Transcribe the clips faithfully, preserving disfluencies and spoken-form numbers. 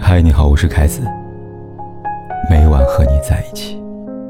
嗨，你好，我是凯子，每晚和你在一起。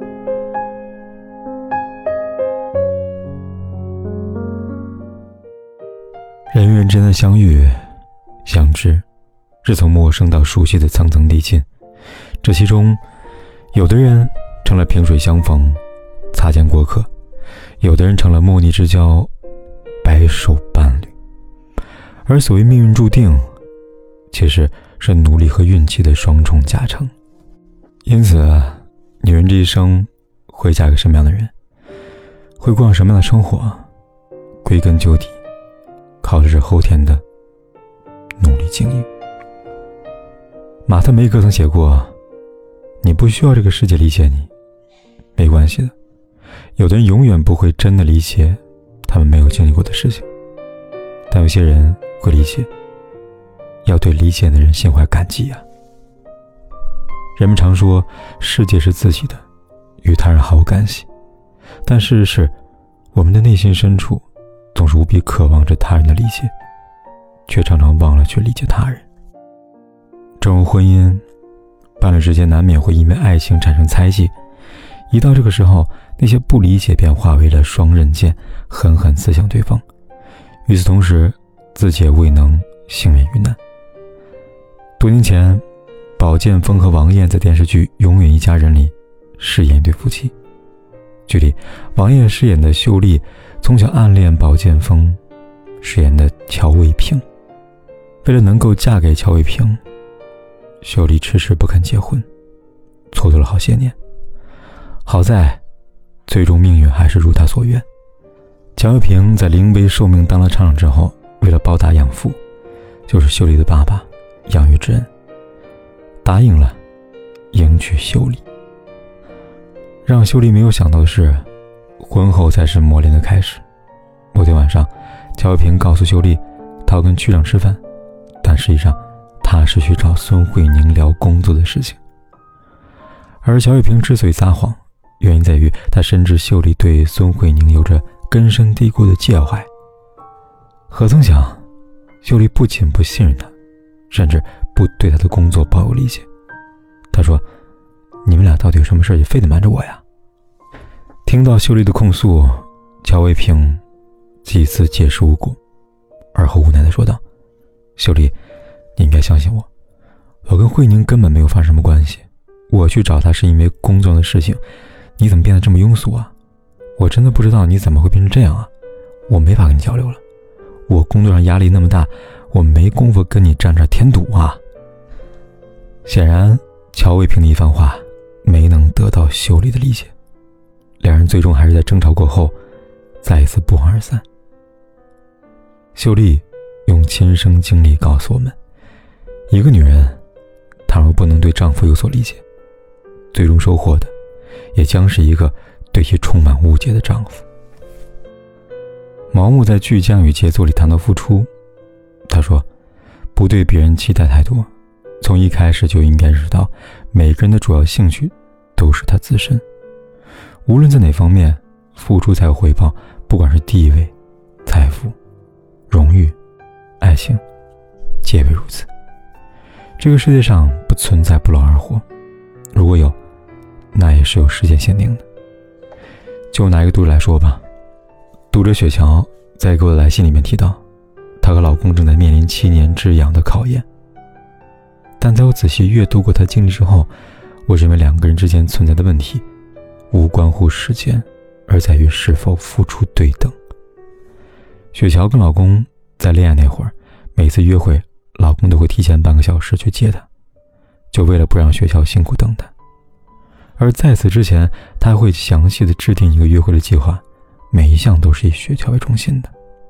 人与人之间的相遇、相知，是从陌生到熟悉的层层递进。这其中，有的人成了萍水相逢、擦肩过客，有的人成了莫逆之交、白首伴侣。而所谓命运注定，其实是努力和运气的双重加成。因此，女人这一生会嫁给什么样的人，会过上什么样的生活，归根究底靠的是后天的努力经营。马特梅克曾写过，你不需要这个世界理解你，没关系的，有的人永远不会真的理解他们没有经历过的事情，但有些人会理解，要对理解的人心怀感激啊。人们常说世界是自己的，与他人毫无干系，但事实是我们的内心深处总是无比渴望着他人的理解，却常常忘了去理解他人。正如婚姻，伴侣之间难免会因为爱情产生猜忌，一到这个时候，那些不理解便化为了双刃剑，狠狠刺向对方。与此同时，自己也未能幸免于难。多年前，宝剑锋和王艳在电视剧《永远一家人》里饰演一对夫妻。剧里，王艳饰演的秀丽从小暗恋宝剑锋饰演的乔卫平。为了能够嫁给乔卫平，秀丽迟迟不肯结婚，蹉跎了好些年。好在最终命运还是如他所愿，乔卫平在临危受命当了厂长之后，为了报答养父，就是秀丽的爸爸养育之恩，答应了迎娶秀丽。让秀丽没有想到的是，婚后才是磨练的开始。某天晚上，乔卫平告诉秀丽他要跟区长吃饭，但实际上他是去找孙慧宁聊工作的事情。而乔卫平之所以撒谎，原因在于他深知秀丽对孙慧宁有着根深蒂固的介怀。何曾想，秀丽不仅不信任他，甚至不对他的工作抱有理解。他说，你们俩到底有什么事就非得瞒着我呀？听到秀丽的控诉，乔卫平几次解释无果，而后无奈地说道，秀丽，你应该相信我，我跟慧宁根本没有发生什么关系，我去找她是因为工作的事情，你怎么变得这么庸俗啊？我真的不知道你怎么会变成这样啊，我没法跟你交流了，我工作上压力那么大，我没工夫跟你站这添堵啊。显然乔卫平的一番话没能得到秀丽的理解，两人最终还是在争吵过后再一次不欢而散。秀丽用亲身经历告诉我们，一个女人倘若不能对丈夫有所理解，最终收获的也将是一个对其充满误解的丈夫。毛木在《巨匠与杰作》里谈到付出，他说，不对别人期待太多，从一开始就应该知道每个人的主要兴趣都是他自身，无论在哪方面付出才有回报，不管是地位、财富、荣誉、爱情，皆为如此。这个世界上不存在不劳而获，如果有，那也是有时间限定的。就拿一个读者来说吧，读者雪乔在给我的来信里面提到，她和老公正在面临七年之痒的考验。但在我仔细阅读过她经历之后，我认为两个人之间存在的问题无关乎时间，而在于是否付出对等。雪乔跟老公在恋爱那会儿，每次约会老公都会提前半个小时去接她，就为了不让雪乔辛苦等待。而在此之前，他还会详细的制定一个约会的计划，每一项都是以雪乔为中心的。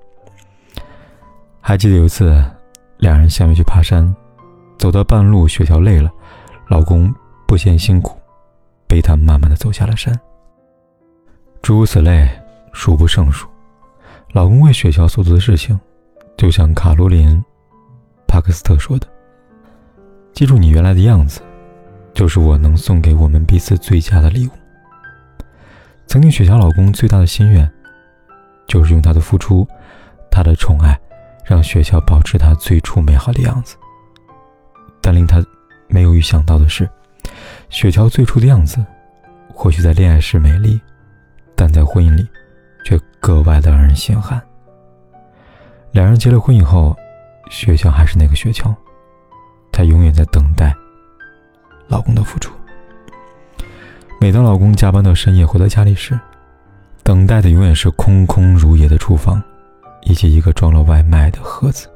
还记得有一次两人相约去爬山，走到半路雪乔累了，老公不嫌辛苦，背她慢慢的走下了山。诸如此类数不胜数，老公为雪乔所做的事情，就像卡罗琳·帕克斯特说的，记住你原来的样子，就是我能送给我们彼此最佳的礼物。曾经雪乔老公最大的心愿，就是用他的付出，他的宠爱，让雪乔保持他最初美好的样子。但令他没有预想到的是，雪乔最初的样子或许在恋爱时美丽，但在婚姻里却格外的让人心寒。两人结了婚以后，雪乔还是那个雪乔，她永远在等待老公的付出。每当老公加班到深夜回到家里时，等待的永远是空空如也的厨房，以及一个装了外卖的盒子。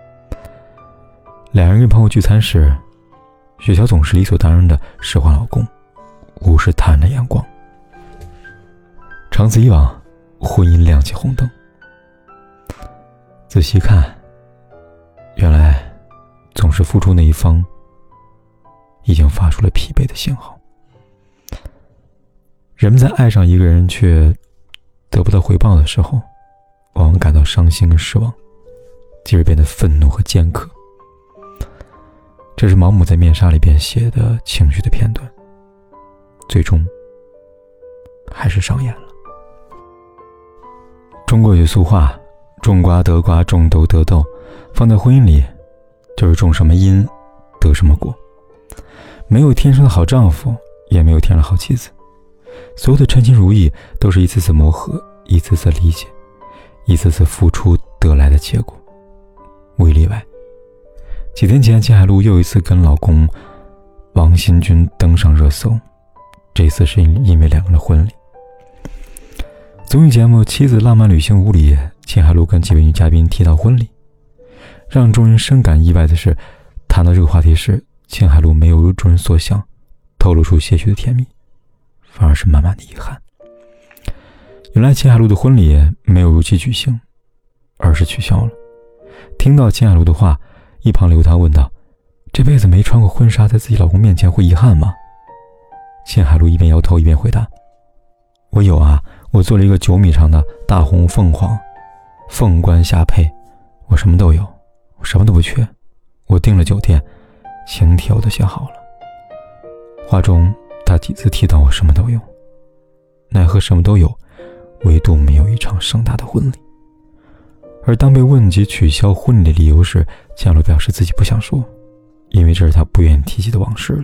两人跟朋友聚餐时，雪乔总是理所当然地使唤老公，无视他人的眼光。长此以往，婚姻亮起红灯。仔细看，原来总是付出那一方已经发出了疲惫的信号。人们在爱上一个人却得不到回报的时候，往往感到伤心跟失望，继而变得愤怒和尖刻。这是毛姆在《面纱》里边写的情绪的片段，最终还是上演了。中国有句俗话，种瓜得瓜，种豆得豆，放在婚姻里就是种什么因得什么果。没有天生的好丈夫，也没有天生的好妻子，所有的称心如意都是一次次磨合，一次次理解，一次次付出得来的结果，无一例外。几天前，秦海璐又一次跟老公王新军登上热搜，这次是因为两人的婚礼。综艺节目《妻子浪漫旅行五》里，秦海璐跟几位女嘉宾提到婚礼，让众人深感意外的是，谈到这个话题时，秦海璐没有如众人所想透露出些许的甜蜜，反而是满满的遗憾。原来秦海璐的婚礼没有如期举行，而是取消了。听到秦海璐的话，一旁刘涛问道：这辈子没穿过婚纱在自己老公面前会遗憾吗？秦海璐一边摇头一边回答：我有啊，我做了一个九米长的大红凤凰，凤冠霞帔，我什么都有，我什么都不缺，我订了酒店，请帖我都写好了。话中他几次提到我什么都有，奈何什么都有，唯独没有一场盛大的婚礼。而当被问及取消婚礼的理由时，秦海璐表示自己不想说，因为这是他不愿意提起的往事了。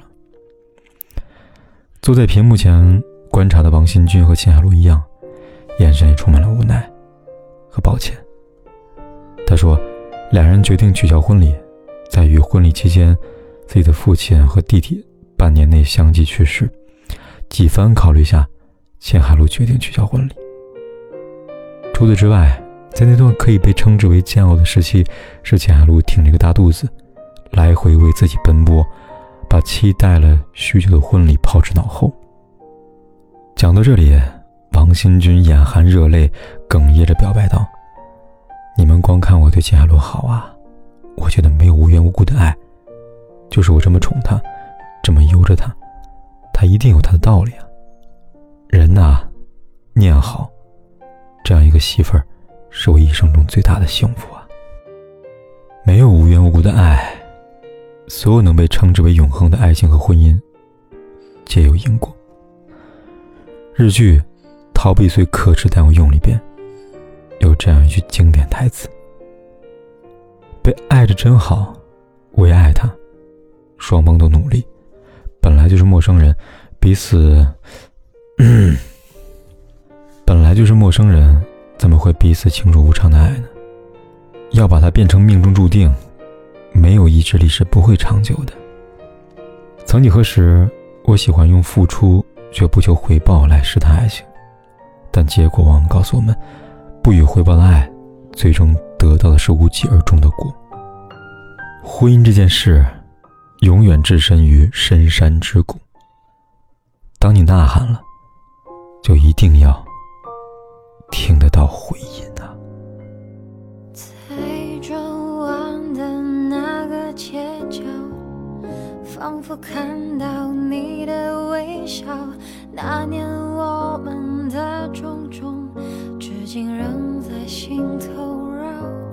坐在屏幕前观察的王新军和秦海璐一样，眼神也充满了无奈和抱歉。他说，两人决定取消婚礼，在于婚礼期间自己的父亲和弟弟半年内相继去世，几番考虑下，秦海璐决定取消婚礼。除此之外，在那段可以被称之为煎熬的时期，是秦海璐挺着个大肚子，来回为自己奔波，把期待了许久的婚礼抛之脑后。讲到这里，王新军眼含热泪，哽咽着表白道：你们光看我对秦海璐好啊，我觉得没有无缘无故的爱，就是我这么宠她，这么悠着她，她一定有她的道理啊。人啊，念好，这样一个媳妇儿是我一生中最大的幸福啊。没有无缘无故的爱，所有能被称之为永恒的爱情和婚姻皆有因果。日剧《逃避虽可耻但有用》里边有这样一句经典台词：被爱着真好，为爱他，双方都努力，本来就是陌生人，彼此嗯，本来就是陌生人，怎么会彼此情楚无常的爱呢？要把它变成命中注定，没有意志力是不会长久的。曾几何时，我喜欢用付出却不求回报来试探爱情，但结果往往告诉我们，不予回报的爱最终得到的是无疾而终的果。婚姻这件事永远置身于深山之谷，当你呐喊了，就一定要听得到回音啊。 在转弯的那个街角，仿佛看到你的微笑，那年我们的种种，至今仍在心头绕。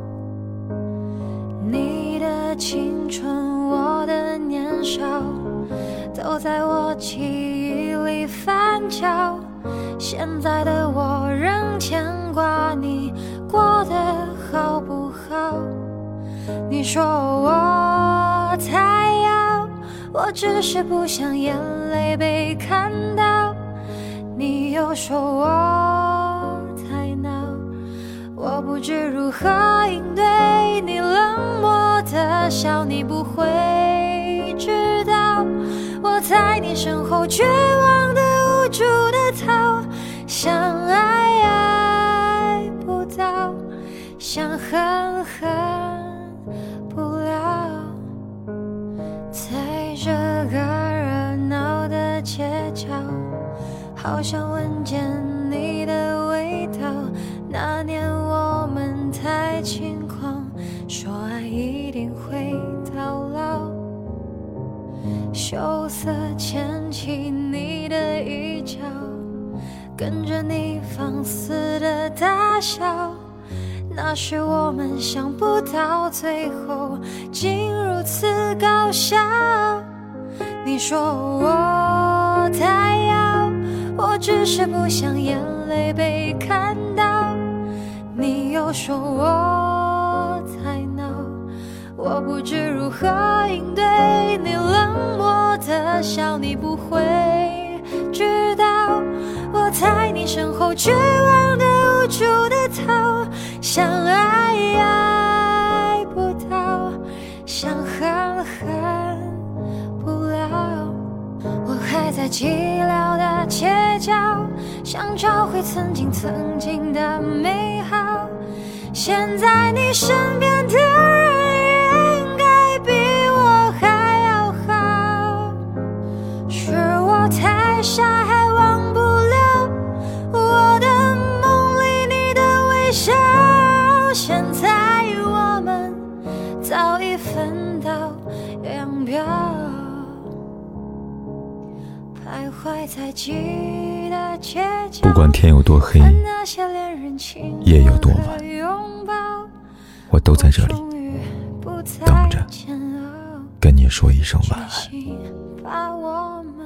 你的青春，我的年少，都在我记忆里翻搅。现在的我仍牵挂你过得好不好？你说我太要我只是不想眼泪被看到。你又说我太闹，我不知如何应对你冷漠的笑，你不会知道我在你身后绝望的无助的逃，想爱爱不到，想恨恨不了，在这个热闹的街角，好想闻见你的味道。那年我们太轻狂，说爱一定会到老，羞涩牵起你的衣角，跟着你放肆的大笑。那时我们想不到最后竟如此搞笑。你说我太妖，我只是不想眼泪被看到。你又说我太闹，我不知如何应对你冷漠的笑，你不会知道我在你身后绝望的无助的逃，想爱爱不到，想恨恨不了。我还在寂寥的街角，想找回曾经曾经的美好。现在你身边的人应该比我还要好，是我太傻还忘不了我的梦里你的微笑。现在我们早已分道扬镳，徘徊在记忆的街角， 不管天有多黑，夜有多晚，我都在这里等着跟你说一声晚安。